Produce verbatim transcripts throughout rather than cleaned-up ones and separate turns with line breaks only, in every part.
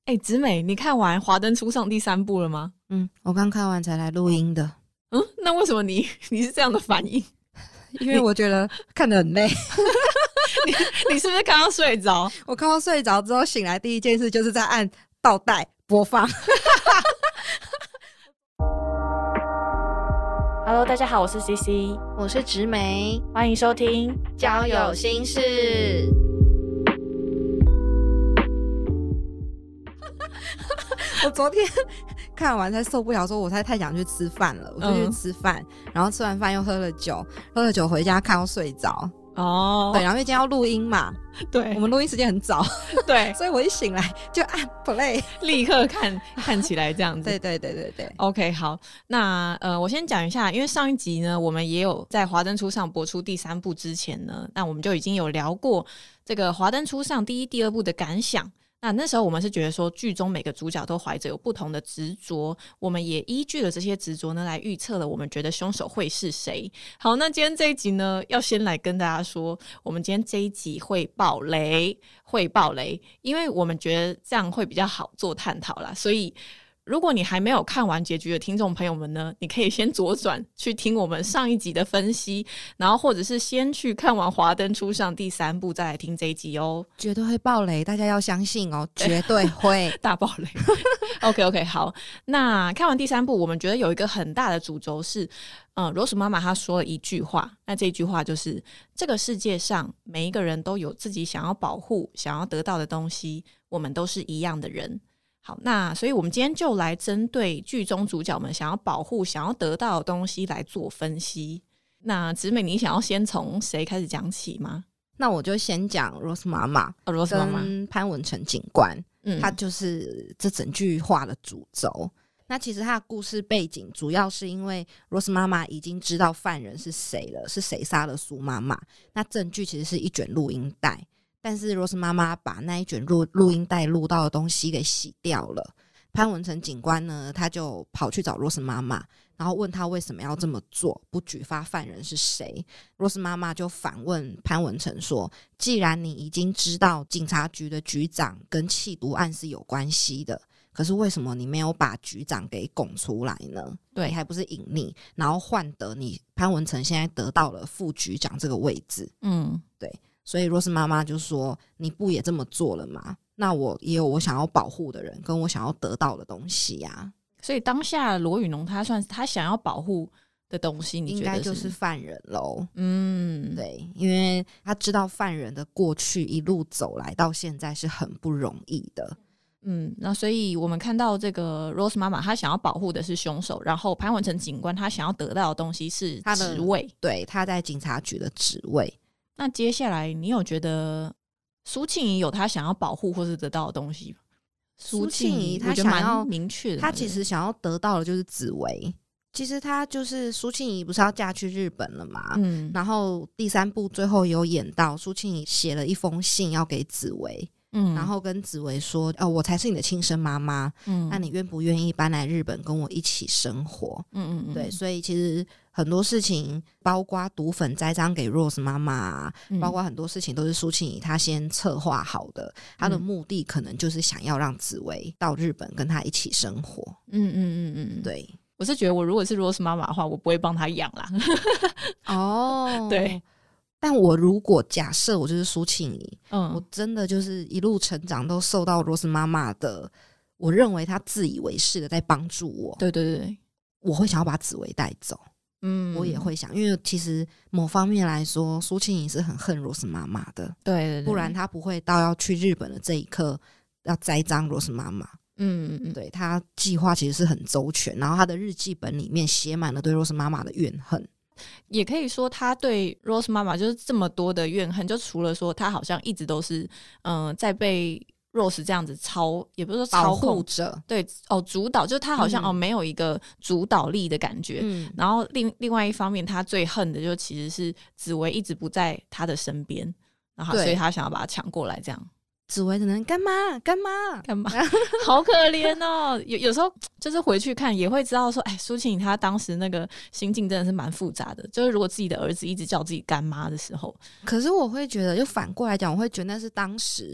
哎、欸，子美，你看完《华灯初上》第三部了吗？
嗯，我刚看完才来录音的。
嗯，那为什么你你是这样的反应？
因为我觉得看得很累。
你你是不是刚刚睡着？
我看到睡着之后醒来，第一件事就是在按倒带播放。
Hello， 大家好，我是 C C，
我是植梅，
欢迎收听
交友心事。我昨天看完才受不了，说我才太想去吃饭了，我就去吃饭、嗯、然后吃完饭又喝了酒，喝了酒回家看到睡着。哦，对，然后因为今天要录音嘛，
对，
我们录音时间很早，
对，
所以我一醒来就按 play，
立刻看看起来这样子。
对对对对对
，OK， 好，那呃，我先讲一下，因为上一集呢，我们也有在《华灯初上》播出第三部之前呢，那我们就已经有聊过这个《华灯初上》第一、第二部的感想。那那时候我们是觉得说剧中每个主角都怀着有不同的执着，我们也依据了这些执着呢来预测了我们觉得凶手会是谁。好，那今天这一集呢要先来跟大家说，我们今天这一集会爆雷，会爆雷，因为我们觉得这样会比较好做探讨啦，所以如果你还没有看完结局的听众朋友们呢，你可以先左转去听我们上一集的分析，然后或者是先去看完《华灯初上》第三部再来听这一集哦。
绝对会爆雷，大家要相信哦，绝对会
大爆雷。OK OK， 好，那看完第三部，我们觉得有一个很大的主轴是，嗯 ，Rose 妈妈她说了一句话，那这一句话就是这个世界上每一个人都有自己想要保护、想要得到的东西，我们都是一样的人。好，那所以我们今天就来针对剧中主角们想要保护、想要得到的东西来做分析。那子美，你想要先从谁开始讲起吗？
那我就先讲 Rose 妈妈、
哦、Rose 妈妈
跟潘文成警官，
嗯，
他就是这整句话的主轴。那其实他的故事背景主要是因为 Rose 妈妈已经知道犯人是谁了，是谁杀了苏妈妈。那证据其实是一卷录音带，但是 Rose 妈妈把那一卷录录音带录到的东西给洗掉了。潘文成警官呢，他就跑去找 Rose 妈妈，然后问他为什么要这么做，不举发犯人是谁。 Rose 妈妈就反问潘文成说，既然你已经知道警察局的局长跟弃毒案是有关系的，可是为什么你没有把局长给拱出来呢？对，还不是隐匿，然后换得你潘文成现在得到了副局长这个位置。嗯，对，所以 Rose 妈妈就说，你不也这么做了吗？那我也有我想要保护的人跟我想要得到的东西啊。
所以当下罗宇农他算是他想要保护的东西，你觉得是应该
就是犯人咯。
嗯，
对，因为他知道犯人的过去一路走来到现在是很不容易的。
嗯，那所以我们看到这个 Rose 妈妈她想要保护的是凶手，然后潘文成警官他想要得到的东西是职位，
对，他在警察局的职位。
那接下来你有觉得苏庆仪有他想要保护或是得到的东西吗？
苏庆仪他想要
蛮明确的，
他其实想要得到的就是紫薇。其实他就是苏庆仪不是要嫁去日本了嘛，嗯，然后第三部最后有演到苏庆仪写了一封信要给紫薇，嗯，然后跟紫薇说，哦，我才是你的亲生妈妈，嗯，那你愿不愿意搬来日本跟我一起生活？嗯嗯嗯，对，所以其实很多事情，包括毒粉栽赃给 Rose 妈妈、啊嗯、包括很多事情都是苏庆仪她先策划好的，她的目的可能就是想要让紫薇到日本跟她一起生活。嗯嗯嗯嗯，对。
我是觉得我如果是 Rose 妈妈的话，我不会帮她养啦。哦，对。
但我如果假设我就是苏庆仪，嗯，我真的就是一路成长都受到 Rose 妈妈的，我认为她自以为是的在帮助我。
对对对，
我会想要把紫薇带走。嗯，我也会想，因为其实某方面来说，苏庆仪是很恨 Rose 妈妈的。
对对对，
不然她不会到要去日本的这一刻要栽赃 Rose 妈妈。嗯嗯，对，他计划其实是很周全，然后他的日记本里面写满了对 Rose 妈妈的怨恨。
也可以说他对 Rose 妈妈就是这么多的怨恨，就除了说他好像一直都是嗯、呃、在被 Rose 这样子操，也不是说操控
者，
对哦主导，就是他好像、嗯、哦没有一个主导力的感觉。嗯，然后另另外一方面，他最恨的就其实是紫薇一直不在他的身边，然后所以他想要把他抢过来这样。
紫薇只能干嘛干嘛
干嘛，好可怜哦。有有时候就是回去看也会知道说，哎，苏庆仪她当时那个心境真的是蛮复杂的。就是如果自己的儿子一直叫自己干妈的时候，
可是我会觉得，就反过来讲，我会觉得那是当时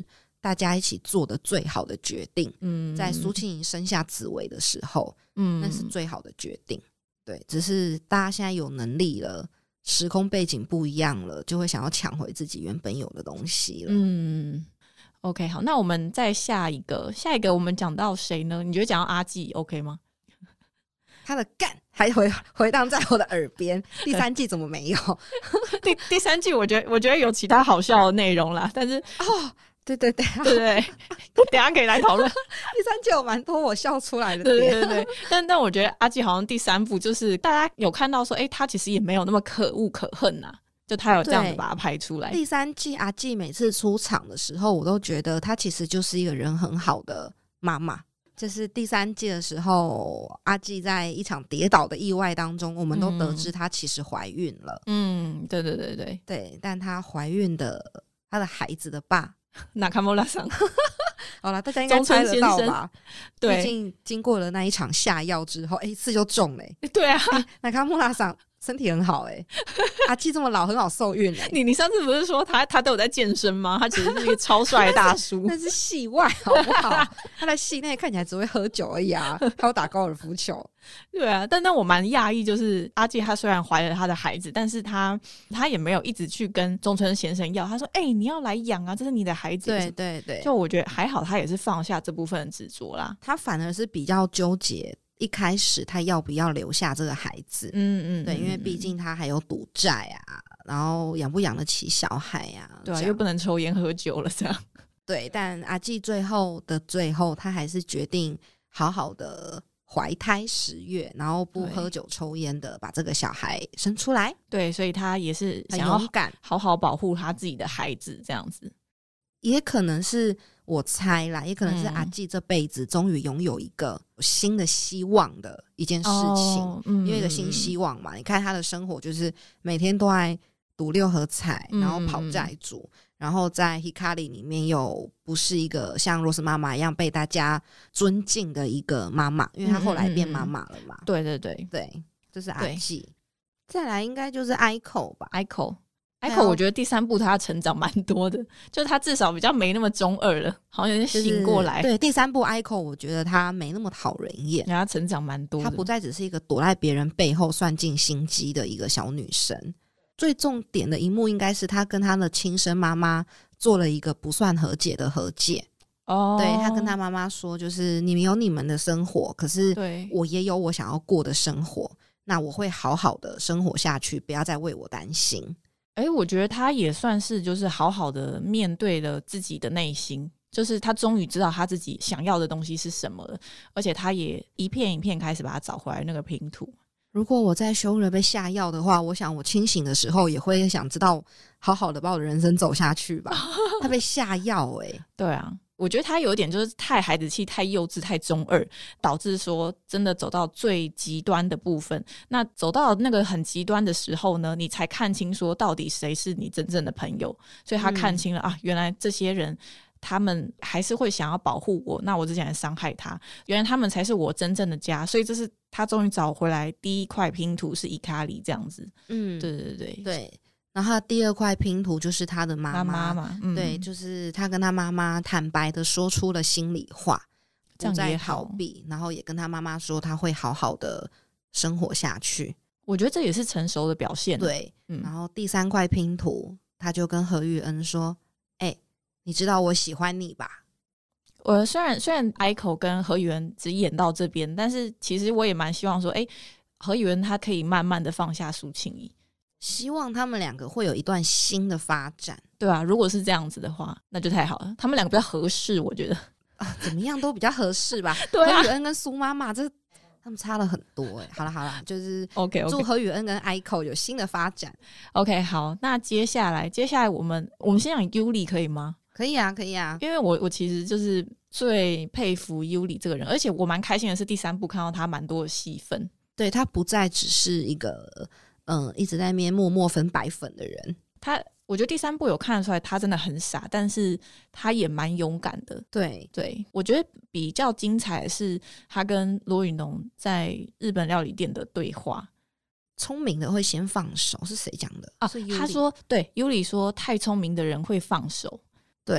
大家一起做的最好的决定。
嗯，
在苏庆莹生下紫薇的时候，
嗯，
那是最好的决定。对，只是大家现在有能力了，时空背景不一样了，就会想要抢回自己原本有的东西了。
嗯 OK， 好，那我们再下一个，下一个我们讲到谁呢？你觉得讲到阿纪 OK 吗？
他的干还回回荡在我的耳边，第三季怎么没有？
第第三季我觉得我觉得有其他好笑的内容啦，但是
哦，对对对，
对对对，等一下可以来讨论。
第三季有蛮多我笑出来的
对
点，
对对对，但但我觉得阿纪好像第三部就是大家有看到说，哎，他其实也没有那么可恶可恨呐、啊，就他有这样子把他拍出来。
第三季阿纪每次出场的时候，我都觉得他其实就是一个人很好的妈妈。就是第三季的时候，阿纪在一场跌倒的意外当中，我们都得知她其实怀孕了。
嗯，对对对对
对，但她怀孕的她的孩子的爸
纳卡莫拉桑，
好了，大家应该猜得到吧？
对，
毕竟经过了那一场下药之后，哎、欸，一次就中了、欸。
对啊，
纳卡莫拉桑身体很好哎、欸，阿纪这么老很好受孕哎、欸。
你你上次不是说他他都有在健身吗？他其实是一个超帅的大叔，
那是戏外好不好？他在戏内看起来只会喝酒而已啊，他有打高尔夫球。
对啊，但但我蛮讶异，就是阿纪他虽然怀了他的孩子，但是他他也没有一直去跟中村先生要，他说：“哎、欸，你要来养啊，这是你的孩子。”
对对对，
就我觉得还好，他也是放下这部分的执着啦。
他反而是比较纠结。一开始他要不要留下这个孩子？嗯嗯，对，因为毕竟他还有赌债啊，然后养不养得起小孩啊？
对啊，又不能抽烟喝酒了，这样。
对，但阿纪最后的最后，他还是决定好好的怀胎十月，然后不喝酒抽烟的把这个小孩生出来。
对，所以他也是想要好好保护他自己的孩子，这样子。
也可能是我猜啦，也可能是阿纪这辈子终于拥有一个新的希望的一件事情，哦嗯、因为一个新希望嘛。你看他的生活就是每天都在赌六合彩，然后跑债主，嗯、然后在 Hikari 里面又不是一个像 Rose 妈妈一样被大家尊敬的一个妈妈，因为她后来变妈妈了嘛。
嗯、对对对
对，这是阿纪。再来应该就是 Aiko 吧
，Aiko。Aiko 我觉得第三部他成长蛮多的，就是他至少比较没那么中二了，好像有点醒过来。
就是、对，第三部 Aiko 我觉得他没那么讨人厌，
然后他成长蛮多的，
他不再只是一个躲在别人背后算尽心机的一个小女生。最重点的一幕应该是他跟他的亲生妈妈做了一个不算和解的和解。哦，对，他跟他妈妈说，就是你们有你们的生活，可是我也有我想要过的生活，那我会好好的生活下去，不要再为我担心。
哎、欸，我觉得他也算是就是好好的面对了自己的内心，就是他终于知道他自己想要的东西是什么了，而且他也一片一片开始把它找回来那个拼图。
如果我在休日被下药的话，我想我清醒的时候也会想知道好好的把我的人生走下去吧。他被下药哎、欸，
对啊。我觉得他有点就是太孩子气、太幼稚、太中二，导致说真的走到最极端的部分。那走到那个很极端的时候呢，你才看清说到底谁是你真正的朋友。所以他看清了、嗯、啊，原来这些人他们还是会想要保护我，那我之前还伤害他，原来他们才是我真正的家。所以这是他终于找回来第一块拼图是伊卡里这样子。嗯，对对对
对。然后他第二块拼图就是他的妈妈
嘛、嗯，
对，就是他跟他妈妈坦白的说出了心里话，不再逃避，然后也跟他妈妈说他会好好的生活下去。
我觉得这也是成熟的表现。
对、嗯，然后第三块拼图，他就跟何宇恩说：“哎、欸，你知道我喜欢你吧？”
我虽然虽然 Aiko 跟何宇恩只演到这边，但是其实我也蛮希望说，哎、欸，何宇恩他可以慢慢的放下苏庆仪。
希望他们两个会有一段新的发展。
对啊，如果是这样子的话那就太好了，他们两个比较合适我觉得、
啊、怎么样都比较合适吧。
对啊，
何宇恩跟苏妈妈这他们差了很多哎、欸。好了好了，就是
OK, okay.
祝何宇恩跟 Aiko 有新的发展。
OK 好，那接下来接下来我们我们先讲 Yuli 可以吗？
可以啊可以啊，
因为我我其实就是最佩服 Yuli 这个人，而且我蛮开心的是第三部看到他蛮多的戏份。
对，他不再只是一个嗯，一直在那边默默分白粉的人。
他我觉得第三部有看得出来他真的很傻，但是他也蛮勇敢的。
对
对，我觉得比较精彩的是他跟罗宇农在日本料理店的对话。
聪明的会先放手，是谁讲的啊？
他说对，Yuli说太聪明的人会放手。
对，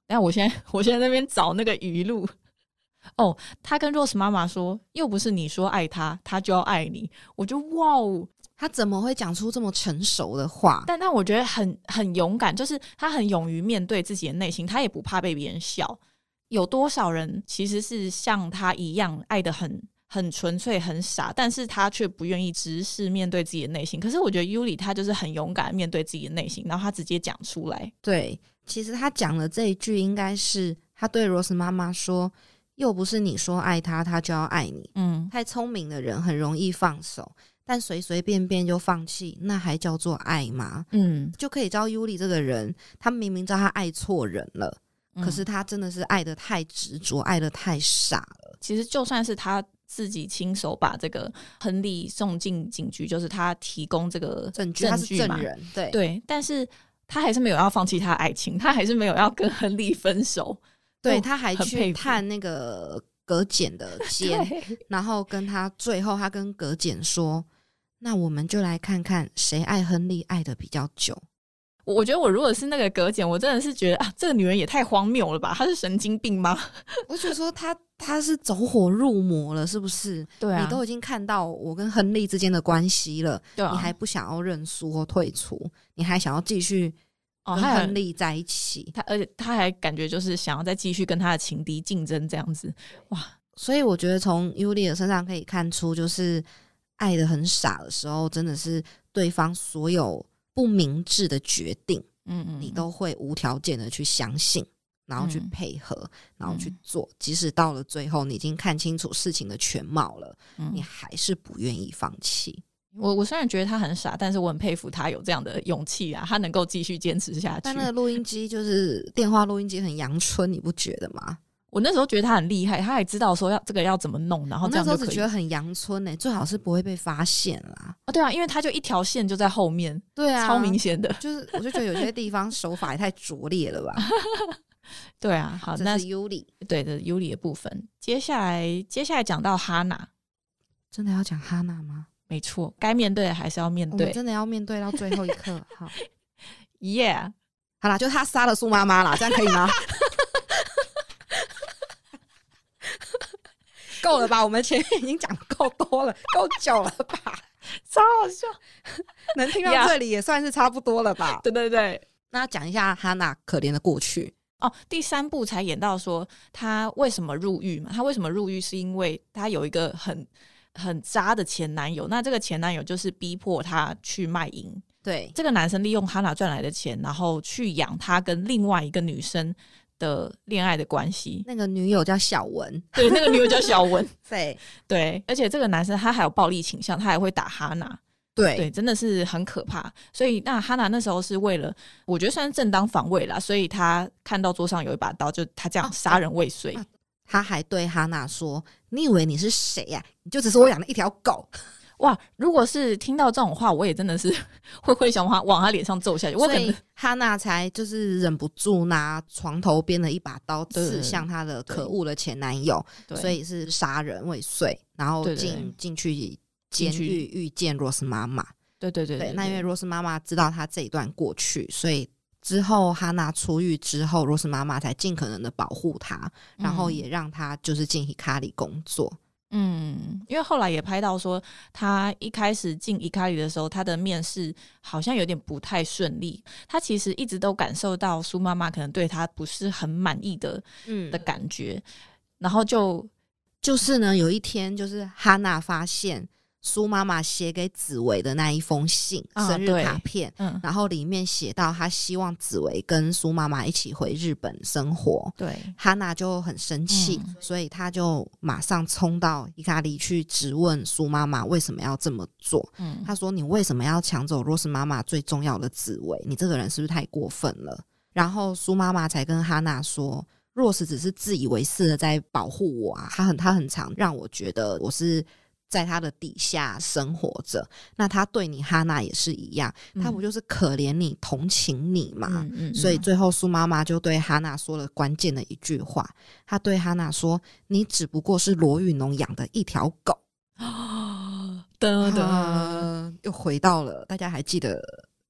但我现在我现在在那边找那个语录哦，他跟 Rose 妈妈说，又不是你说爱他，他就要爱你。我就哇哦，
他怎么会讲出这么成熟的话？
但但我觉得很很勇敢，就是他很勇于面对自己的内心，他也不怕被别人笑。有多少人其实是像他一样爱得很很纯粹很傻，但是他却不愿意直视面对自己的内心。可是我觉得 Yuli 他就是很勇敢面对自己的内心，然后他直接讲出来。
对，其实他讲的这一句应该是他对 Rose 妈妈说，又不是你说爱他他就要爱你。嗯，太聪明的人很容易放手，但随随便便就放弃，那还叫做爱吗？嗯，就可以知道 Yuli 这个人，他明明知道他爱错人了，可是他真的是爱得太执着，爱得太傻了。
其实就算是他自己亲手把这个亨利送进警局，就是他提供这个证据嘛，
他是证人，对
对，但是他还是没有要放弃他的爱情，他还是没有要跟亨利分手。
对，他还去探那个葛简的监，然后跟他最后他跟葛简说，那我们就来看看谁爱亨利爱的比较久。
我觉得我如果是那个葛简，我真的是觉得啊，这个女人也太荒谬了吧，她是神经病吗？
我觉得说她她是走火入魔了，是不是？
对啊，
你都已经看到我跟亨利之间的关系了，对啊，你还不想要认输或退出，你还想要继续跟亨利在一起，
哦、他而且他还感觉就是想要再继续跟他的情敌竞争这样子，哇！
所以我觉得从 Yuli 的身上可以看出，就是爱得很傻的时候，真的是对方所有不明智的决定，嗯嗯，你都会无条件的去相信，然后去配合，嗯、然后去做，即使到了最后你已经看清楚事情的全貌了，嗯、你还是不愿意放弃。
我我虽然觉得他很傻，但是我很佩服他有这样的勇气啊，他能够继续坚持下去。
但那个录音机就是电话录音机很阳春，你不觉得吗？
我那时候觉得他很厉害，他还知道说要这个要怎么弄，然后这样就可以。
我那时候只觉得很阳春欸，最好是不会被发现啦。
哦，对啊，因为他就一条线就在后面，
对啊，
超明显的。
就是我就觉得有些地方手法也太拙劣了吧。
对啊，好，那
是 Yuli，
对的 Yuli 的部分。接下来接下来讲到哈娜，
真的要讲哈娜吗？
没错，该面对的还是要面对，
我们真的要面对到最后一刻。好
，Yeah，
好啦，就他杀了苏妈妈啦，这样可以吗？够了吧？我们前面已经讲够多了，够久了吧？
超好笑，
能听到这里也算是差不多了吧？
对对对，
那讲一下哈娜可怜的过去。
哦，第三部才演到说他为什么入狱嘛？他为什么入狱？是因为他有一个很很渣的前男友，那这个前男友就是逼迫他去卖淫。
对，
这个男生利用哈娜赚来的钱，然后去养他跟另外一个女生的恋爱的关系。
那个女友叫小文，
对，那个女友叫小文。
对
对，而且这个男生他还有暴力倾向，他还会打哈娜。
对
对，真的是很可怕。所以那哈娜那时候是为了，我觉得算是正当防卫啦，所以他看到桌上有一把刀，就他这样杀人未遂。
啊啊他还对哈娜说：“你以为你是谁呀、啊？你就只是我养的一条狗。”
哇！如果是听到这种话，我也真的是会会想往他往他脸上揍下去。我可能
所以哈娜才就是忍不住拿床头边的一把刀刺向他的可恶的前男友，所以是杀人未遂，然后进进去监狱遇见 Rose 妈妈。
对对 对, 对, 对, 对, 对，
那因为 Rose 妈妈知道他这一段过去，所以之后哈娜出狱之后 Rose 妈妈才尽可能的保护他，然后也让他就是进 Hikari 工作。
嗯，因为后来也拍到说他一开始进 Hikari 的时候，他的面试好像有点不太顺利，他其实一直都感受到苏妈妈可能对他不是很满意的、嗯、的感觉，然后就
就是呢有一天就是哈娜发现苏妈妈写给紫薇的那一封信、啊、生日卡片、嗯、然后里面写到她希望紫薇跟苏妈妈一起回日本生活。
对，
哈娜就很生气、嗯、所以她就马上冲到伊卡里去质问苏妈妈为什么要这么做。嗯，她说你为什么要抢走 Rose 妈妈最重要的紫薇？你这个人是不是太过分了？然后苏妈妈才跟哈娜说Rose 只是自以为是的在保护我啊，她很她很常让我觉得我是在他的底下生活着，那他对你哈娜也是一样，他不就是可怜你、同情你嘛、嗯嗯嗯、所以最后苏妈妈就对哈娜说了关键的一句话，他对哈娜说你只不过是罗玉农养的一条狗。噔噔、啊、又回到了大家还记得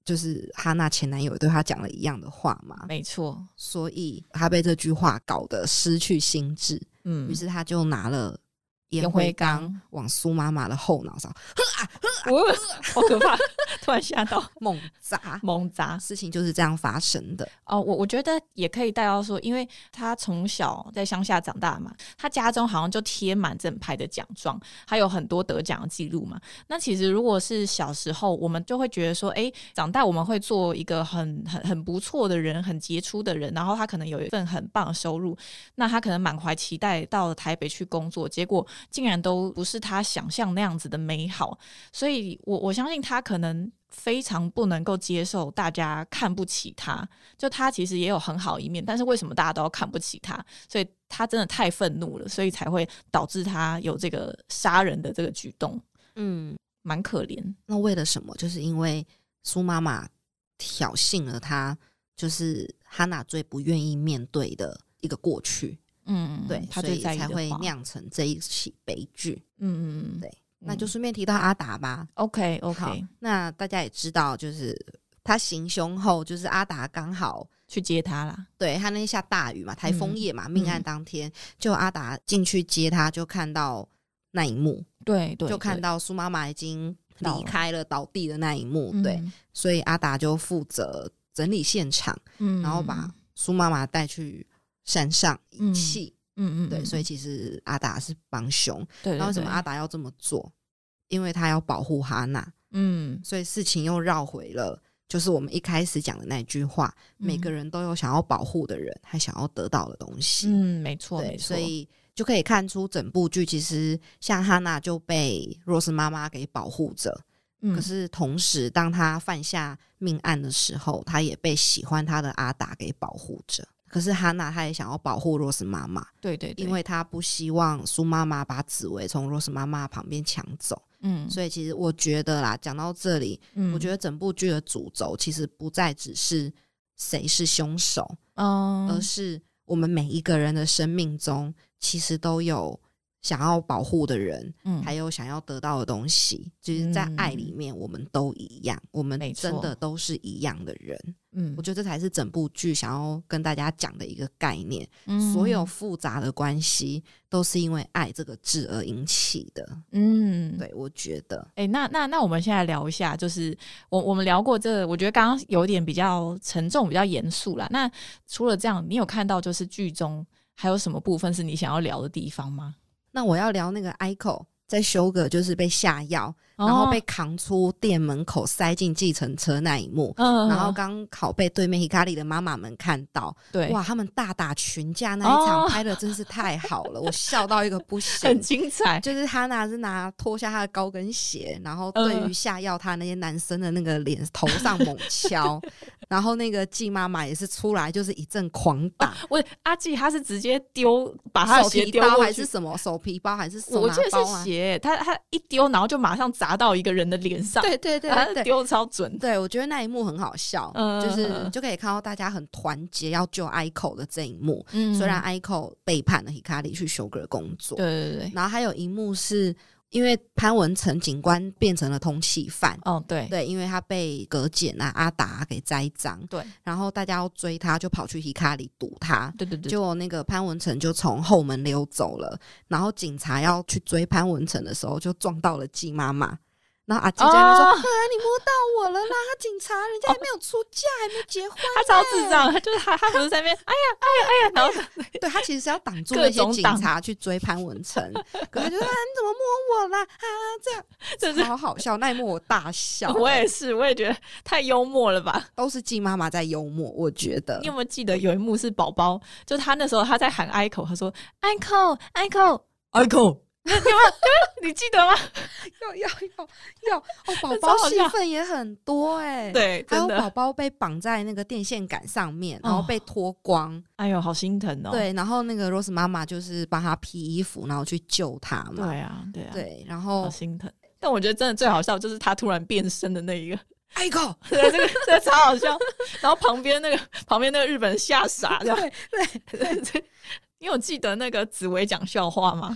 就是哈娜前男友对她讲了一样的话嘛，
没错，
所以她被这句话搞得失去心智，
嗯，
于是她就拿了烟灰缸往苏妈妈的后脑勺呵啊呵啊，
好可怕突然吓到，
猛砸
猛砸，
事情就是这样发生的。
哦，我我觉得也可以带到说，因为他从小在乡下长大嘛，他家中好像就贴满整排的奖状，还有很多得奖的记录嘛。那其实如果是小时候，我们就会觉得说，哎，长大我们会做一个很很很不错的人，很杰出的人，然后他可能有一份很棒的收入，那他可能满怀期待到了台北去工作，结果竟然都不是他想象那样子的美好，所以我我相信他可能非常不能够接受大家看不起他，就他其实也有很好一面，但是为什么大家都要看不起他？所以他真的太愤怒了，所以才会导致他有这个杀人的这个举动。嗯，蛮可怜。
那为了什么？就是因为苏妈妈挑衅了他，就是哈娜最不愿意面对的一个过去。嗯，对，
他
所以才会酿成这一起悲剧。嗯嗯，对。那就顺便提到阿达吧。
OK OK，
那大家也知道，就是他行凶后，就是阿达刚好
去接他啦。
对，他那天下大雨嘛，台风夜嘛，嗯、命案当天，就阿达进去接他，就看到那一幕。
对 对, 对，
就看到苏妈妈已经离开了，倒地的那一幕。对，嗯、所以阿达就负责整理现场，嗯、然后把苏妈妈带去山上遗弃。嗯嗯，对，所以其实阿达是帮凶。对, 对, 对，那为什么阿达要这么做？因为他要保护哈娜。嗯，所以事情又绕回了就是我们一开始讲的那句话、嗯、每个人都有想要保护的人还想要得到的东西。
嗯，没错没错，
所以就可以看出整部剧其实像哈娜就被 Rose 妈妈给保护着、嗯、可是同时当他犯下命案的时候，他也被喜欢他的阿达给保护着。可是哈娜她也想要保护 Rose 妈妈，
对对对，
因为她不希望苏妈妈把紫薇从 Rose 妈妈旁边抢走。嗯，所以其实我觉得啦，讲到这里、嗯、我觉得整部剧的主轴其实不再只是谁是凶手、嗯、而是我们每一个人的生命中其实都有想要保护的人、嗯、还有想要得到的东西，就是在爱里面我们都一样、嗯、我们真的都是一样的人。嗯，我觉得这才是整部剧想要跟大家讲的一个概念、嗯、所有复杂的关系都是因为爱这个字而引起的。嗯，对，我觉得
哎、欸，那那那我们现在聊一下，就是我我们聊过这个，我觉得刚刚有点比较沉重比较严肃啦。那除了这样，你有看到就是剧中还有什么部分是你想要聊的地方吗？
那我要聊那个 Aiko 在修个就是被下药、哦、然后被扛出店门口塞进计程车那一幕、嗯、然后刚好被对面 Hikari 的妈妈们看到。对，哇，他们大打群架那一场拍的真是太好了、哦、我笑到一个不行
很精彩。
就是哈娜是拿脱下他的高跟鞋，然后对于下药他那些男生的那个脸头上猛敲然后那个季妈妈也是出来就是一阵狂打、哦、
我阿季他是直接丢把他的鞋丢过去，
还是什么手皮包还是手拿包、啊、
我记得是鞋，他他一丢然后就马上砸到一个人的脸上。
对对对对对，
丢超准。
对，我觉得那一幕很好笑、嗯、就是就可以看到大家很团结要救 Aiko 的这一幕、嗯、虽然 Aiko 背叛了 Hikari 去修个工作。对对对，然后还有一幕是因为潘文成警官变成了通缉犯。哦，对对，因为他被葛简啊阿达给栽赃。对，然后大家要追他就跑去 Hikari 堵他。对对对，结果那个潘文成就从后门溜走了，然后警察要去追潘文成的时候就撞到了季妈妈，然后阿季在那边说、哦、啊你摸到我了啦，他警察人家还没有出嫁、哦、还没结婚、欸、
他超智障，就是他他不是在那边哎呀哎呀哎呀，然后
对他其实是要挡住那些警察去追潘文成可是他就说、啊、你怎么摸我啦啊，这样真是好好笑。那一幕我大笑、欸、
我也是，我也觉得太幽默了吧，
都是季妈妈在幽默。我觉得
你有没有记得有一幕是宝宝，就他那时候他在喊 Aiko， 他说 Aiko Aiko Aiko你有没有你记得吗？
要要要要哦，宝宝戏份也很多哎、欸，
对，
还有宝宝被绑在那个电线杆上面，然后被脱光，
哎呦，好心疼哦。
对，然后那个 Rose 妈妈就是帮他披衣服，然后去救他嘛。
对啊，对啊，
对，然后
好心疼。但我觉得真的最好笑就是他突然变身的那一个。
Aiko
对，这个这个超好笑。然后旁边那个旁边那个日本人吓傻，
对对对对。
你有记得那个紫薇讲笑话吗？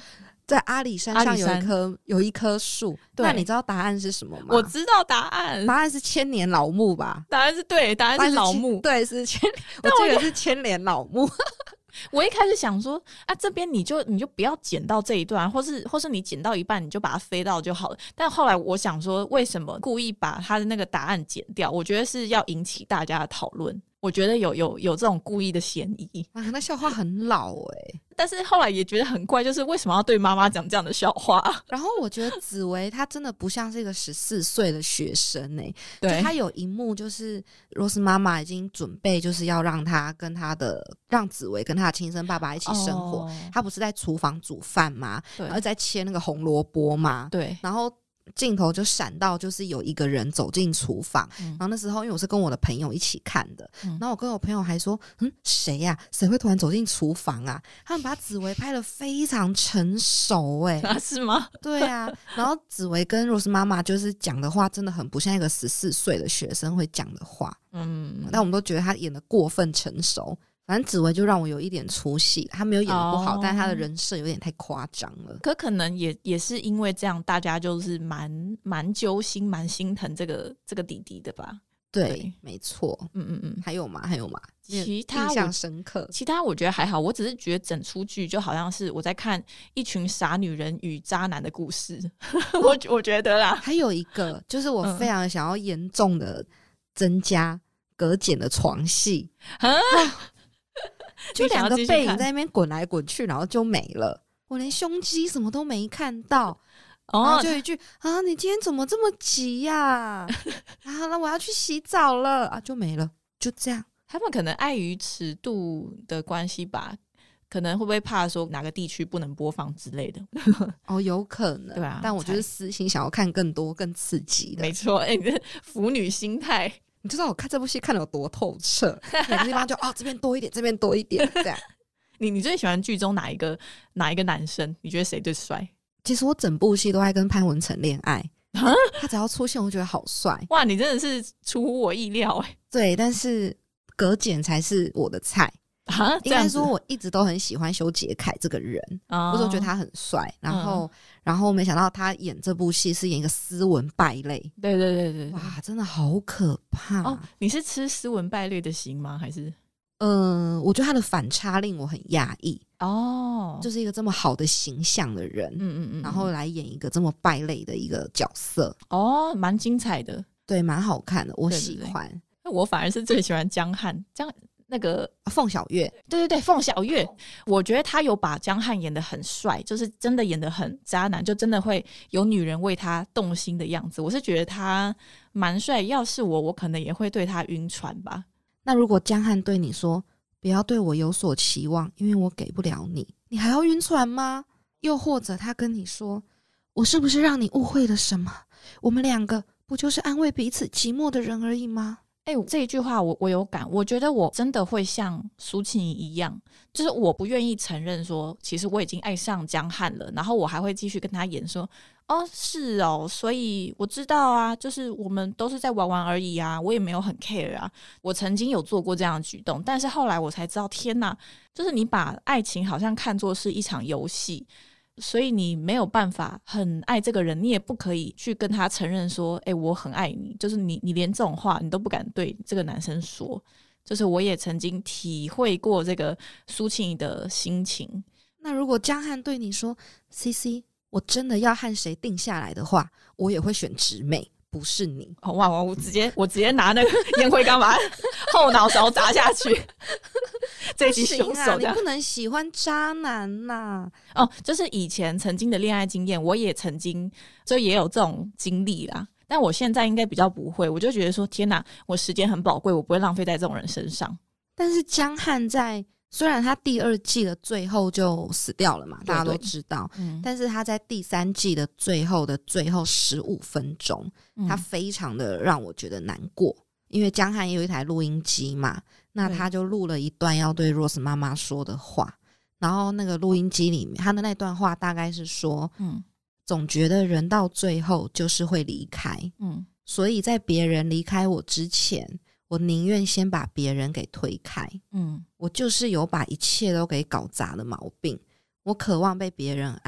在阿里山上有一棵有一棵树，那你知道答案是什么吗？
我知道答案，
答案是千年老木吧？
答案是对，答案是老木，
对，是千，我记得是千年老木。
我一开始想说啊，这边你就你就不要剪到这一段，或是或是你剪到一半你就把它飞到就好了。但后来我想说，为什么故意把他的那个答案剪掉？我觉得是要引起大家的讨论。我觉得有有有这种故意的嫌疑
啊，那笑话很老哎、欸，
但是后来也觉得很怪，就是为什么要对妈妈讲这样的笑话？
然后我觉得紫薇她真的不像是一个十四岁的学生哎、欸，
对，
就她有一幕就是罗斯妈妈已经准备就是要让她跟她的让紫薇跟她的亲生爸爸一起生活，哦、她不是在厨房煮饭吗？然后在切那个红萝卜吗？
对，
然后。镜头就闪到就是有一个人走进厨房、嗯、然后那时候因为我是跟我的朋友一起看的、嗯、然后我跟我朋友还说嗯谁呀、啊、谁会突然走进厨房啊，他们把紫薇拍得非常成熟耶、欸
啊、是吗？
对啊，然后紫薇跟罗斯妈妈就是讲的话真的很不像一个十四岁的学生会讲的话，嗯，但我们都觉得他演得过分成熟。反正紫薇就让我有一点出戏，他没有演得不好、oh. 但他的人设有点太夸张了。
可可能也也是因为这样，大家就是蛮蛮揪心蛮心疼这个这个弟弟的吧。
对,
对
没错。嗯嗯嗯，还有吗还有吗
其他
印象深刻？
其他我觉得还好，我只是觉得整出剧就好像是我在看一群傻女人与渣男的故事我我觉得啦。
还有一个就是我非常想要严重的增加葛简的床戏、嗯就两个背影在那边滚来滚去，然后就没了。我连胸肌什么都没看到，哦、然后就一句啊，你今天怎么这么急呀、啊？啊，那我要去洗澡了啊，就没了，就这样。
他们可能碍于尺度的关系吧，可能会不会怕说哪个地区不能播放之类的？
哦，有可能，
对啊。
但我就是私心想要看更多更刺激的。
没错，哎、欸，你的腐女心态。
你知道我看这部戏看得有多透彻，每个地方就哦这边多一点，这边多一点，这样。
你你最喜欢剧中哪一个哪一个男生？你觉得谁最帅？
其实我整部戏都在跟潘文成恋爱，他只要出现，我觉得好帅。
哇，你真的是出乎我意料哎。
对，但是葛简才是我的菜。啊，应该说我一直都很喜欢修杰楷这个人，哦、我总觉得他很帅，然后、嗯、然后没想到他演这部戏是演一个斯文败类。
对对对 对, 对，
哇，真的好可怕哦！
你是吃斯文败类的型吗？还是？
嗯、呃，我觉得他的反差令我很讶异
哦，
就是一个这么好的形象的人，嗯嗯嗯，然后来演一个这么败类的一个角色，
哦，蛮精彩的，
对，蛮好看的，我喜欢。对对
对，我反而是最喜欢江汉，江。那个
凤小岳，
对对对，凤小岳，我觉得他有把江汉演得很帅，就是真的演得很渣男，就真的会有女人为他动心的样子。我是觉得他蛮帅，要是我，我可能也会对他晕船吧。
那如果江汉对你说不要对我有所期望，因为我给不了你，你还要晕船吗？又或者他跟你说我是不是让你误会了什么？我们两个不就是安慰彼此寂寞的人而已吗？
哎、欸，这一句话我我有感，我觉得我真的会像苏庆怡一样，就是我不愿意承认说，其实我已经爱上江汉了，然后我还会继续跟他演说，哦，是哦，所以我知道啊，就是我们都是在玩玩而已啊，我也没有很 care 啊。我曾经有做过这样的举动，但是后来我才知道，天哪，就是你把爱情好像看作是一场游戏。所以你没有办法很爱这个人，你也不可以去跟他承认说，哎、欸，我很爱你，就是你你连这种话你都不敢对这个男生说。就是我也曾经体会过这个苏庆怡的心情。
那如果江汉对你说 C C 我真的要和谁定下来的话，我也会选直美，不是你。
哦、哇我直接我直接拿那个烟灰缸把后脑勺砸下去这一集凶手、啊、
你不能喜欢渣男呐、
啊！哦，就是以前曾经的恋爱经验，我也曾经就也有这种经历啦。但我现在应该比较不会，我就觉得说，天哪，我时间很宝贵，我不会浪费在这种人身上。
但是江汉在虽然他第二季的最后就死掉了嘛，大家都知道，嗯、但是他在第三季的最后的最后十五分钟，嗯、他非常的让我觉得难过。因为江汉也有一台录音机嘛，那他就录了一段要对 Rose 妈妈说的话，然后那个录音机里面他的那段话大概是说，嗯，总觉得人到最后就是会离开，嗯，所以在别人离开我之前，我宁愿先把别人给推开，嗯，我就是有把一切都给搞砸的毛病，我渴望被别人爱，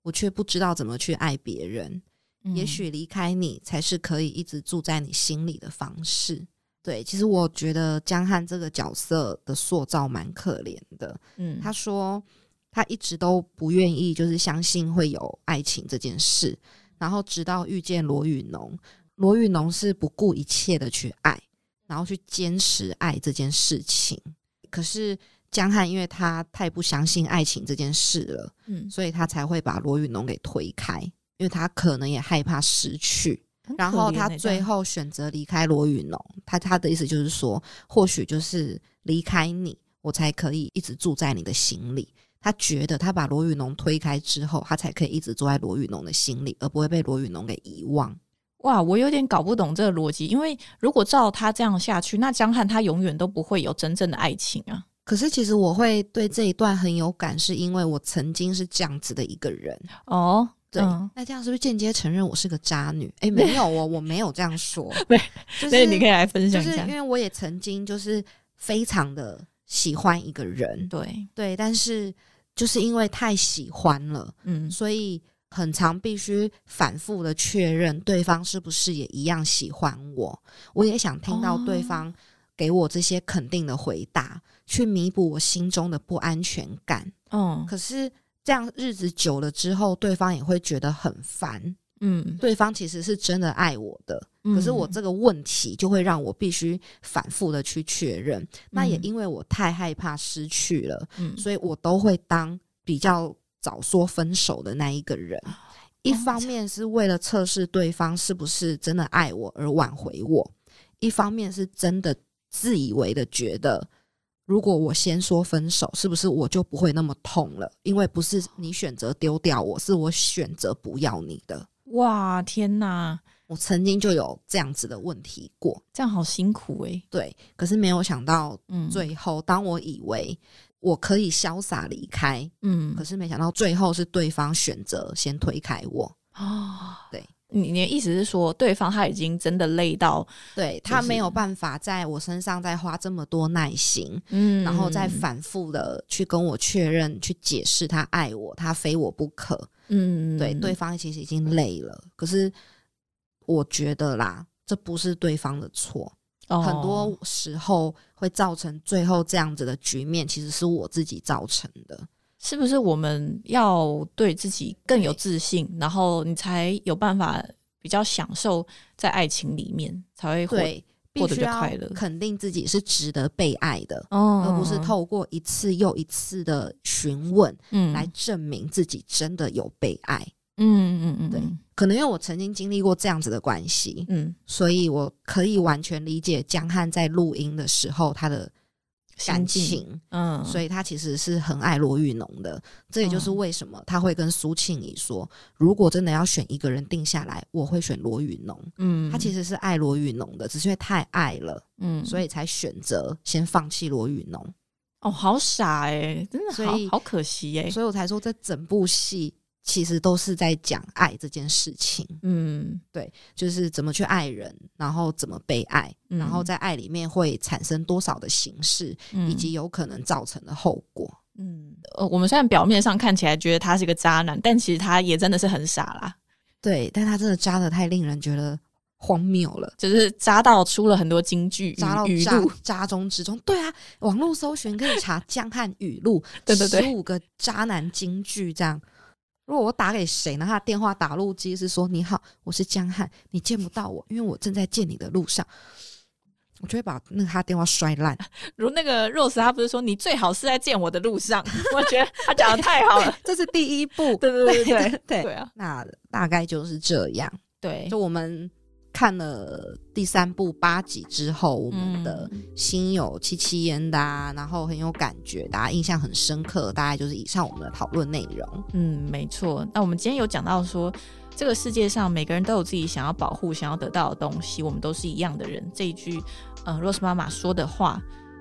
我却不知道怎么去爱别人、嗯、也许离开你才是可以一直住在你心里的方式。对，其实我觉得江汉这个角色的塑造蛮可怜的。嗯，他说他一直都不愿意就是相信会有爱情这件事，然后直到遇见罗宇农，罗宇农是不顾一切的去爱，然后去坚持爱这件事情。可是江汉因为他太不相信爱情这件事了、嗯、所以他才会把罗宇农给推开，因为他可能也害怕失去，然后他最后选择离开罗宇农。他他的意思就是说，或许就是离开你，我才可以一直住在你的心里。他觉得他把罗宇农推开之后，他才可以一直住在罗宇农的心里，而不会被罗宇农给遗忘。
哇，我有点搞不懂这个逻辑，因为如果照他这样下去，那江汉他永远都不会有真正的爱情啊。
可是其实我会对这一段很有感，是因为我曾经是这样子的一个人。
哦，
对、嗯、那这样是不是间接承认我是个渣女？诶，没有哦，我没有这样说。
对，
就是
所以你可以来分享一下。
就是因为我也曾经就是非常的喜欢一个人，
对
对，但是就是因为太喜欢了，嗯，所以很常必须反复的确认对方是不是也一样喜欢我。我也想听到对方给我这些肯定的回答、哦、去弥补我心中的不安全感。嗯，可是这样日子久了之后，对方也会觉得很烦。嗯，对方其实是真的爱我的、嗯、可是我这个问题就会让我必须反复的去确认、嗯、那也因为我太害怕失去了、嗯、所以我都会当比较早说分手的那一个人。一方面是为了测试对方是不是真的爱我而挽回我，一方面是真的自以为的觉得如果我先说分手，是不是我就不会那么痛了，因为不是你选择丢掉我，是我选择不要你的。
哇，天哪，
我曾经就有这样子的问题过。
这样好辛苦欸。
对，可是没有想到最后、嗯、当我以为我可以潇洒离开，嗯，可是没想到最后是对方选择先推开我。哦，对，
你的意思是说对方他已经真的累到、就是、
对，他没有办法在我身上再花这么多耐心，嗯，然后再反复的去跟我确认，去解释他爱我，他非我不可。嗯，对，对方其实已经累了。可是我觉得啦，这不是对方的错、哦、很多时候会造成最后这样子的局面，其实是我自己造成的。
是不是我们要对自己更有自信，然后你才有办法比较享受在爱情里面，才会活
对
过得比较快乐，
肯定自己是值得被爱的、哦、而不是透过一次又一次的询问、嗯、来证明自己真的有被爱。嗯嗯嗯，对，可能因为我曾经经历过这样子的关系，嗯，所以我可以完全理解江汉在录音的时候他的感情，嗯，所以他其实是很爱罗宇农的。这也就是为什么他会跟苏庆怡说、嗯、如果真的要选一个人定下来，我会选罗宇农。嗯，他其实是爱罗宇农的，只是因为太爱了，嗯，所以才选择先放弃罗宇农。
哦，好傻欸，真的好好可惜欸。
所以我才说这整部戏其实都是在讲爱这件事情。嗯，对，就是怎么去爱人，然后怎么被爱、嗯、然后在爱里面会产生多少的形式、嗯、以及有可能造成的后果。
嗯，呃，我们虽然表面上看起来觉得他是个渣男，但其实他也真的是很傻啦。
对，但他真的渣得太令人觉得荒谬了，
就是渣到出了很多金句，
渣到
语
录，渣中之中。对啊，网络搜寻可以查江汉语录，
对对对，
十五个渣男金句这样。如果我打给谁呢？他的电话打录机是说：“你好，我是江汉，你见不到我，因为我正在见你的路上。”我就会把那个他电话摔烂。
如那个 Rose， 他不是说你最好是在见我的路上？我觉得他讲的太好了，
这是第一步。
对对对对
对 对,
对, 对啊，
那大概就是这样。
对，
就我们看了第三部八集之后，我们的心有戚戚焉的啊，然后很有感觉，大家印象很深刻，大概就是以上我们的讨论内容。
嗯，没错。那我们今天有讲到说，这个世界上每个人都有自己想要保护、想要得到的东西，我们都是一样的人。这一句呃 Rose 妈妈说的话，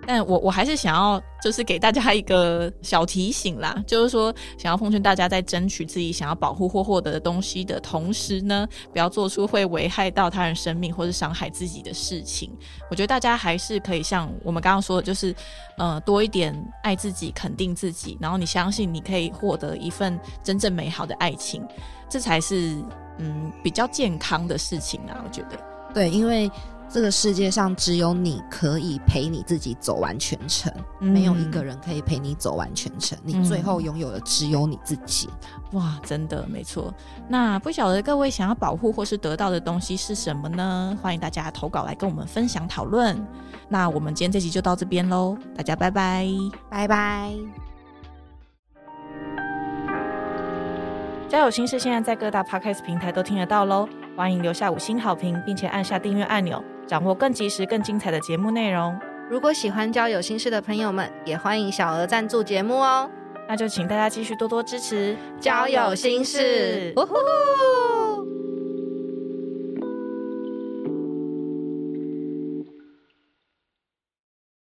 但我我还是想要就是给大家一个小提醒啦，就是说想要奉劝大家在争取自己想要保护或获得的东西的同时呢，不要做出会危害到他人生命或是伤害自己的事情。我觉得大家还是可以像我们刚刚说的，就是呃多一点爱自己，肯定自己，然后你相信你可以获得一份真正美好的爱情，这才是嗯比较健康的事情啊，我觉得。
对，因为这个世界上只有你可以陪你自己走完全程、嗯、没有一个人可以陪你走完全程、嗯、你最后拥有的只有你自己。
哇，真的没错。那不晓得各位想要保护或是得到的东西是什么呢？欢迎大家投稿来跟我们分享讨论。那我们今天这集就到这边咯，大家拜拜
拜拜。
交友心事现在在各大 Podcast 平台都听得到咯，欢迎留下五星好评，并且按下订阅按钮，掌握更及时更精彩的节目内容。
如果喜欢交友心事的朋友们，也欢迎小额赞助节目哦。
那就请大家继续多多支持
交友心事。呜呼呼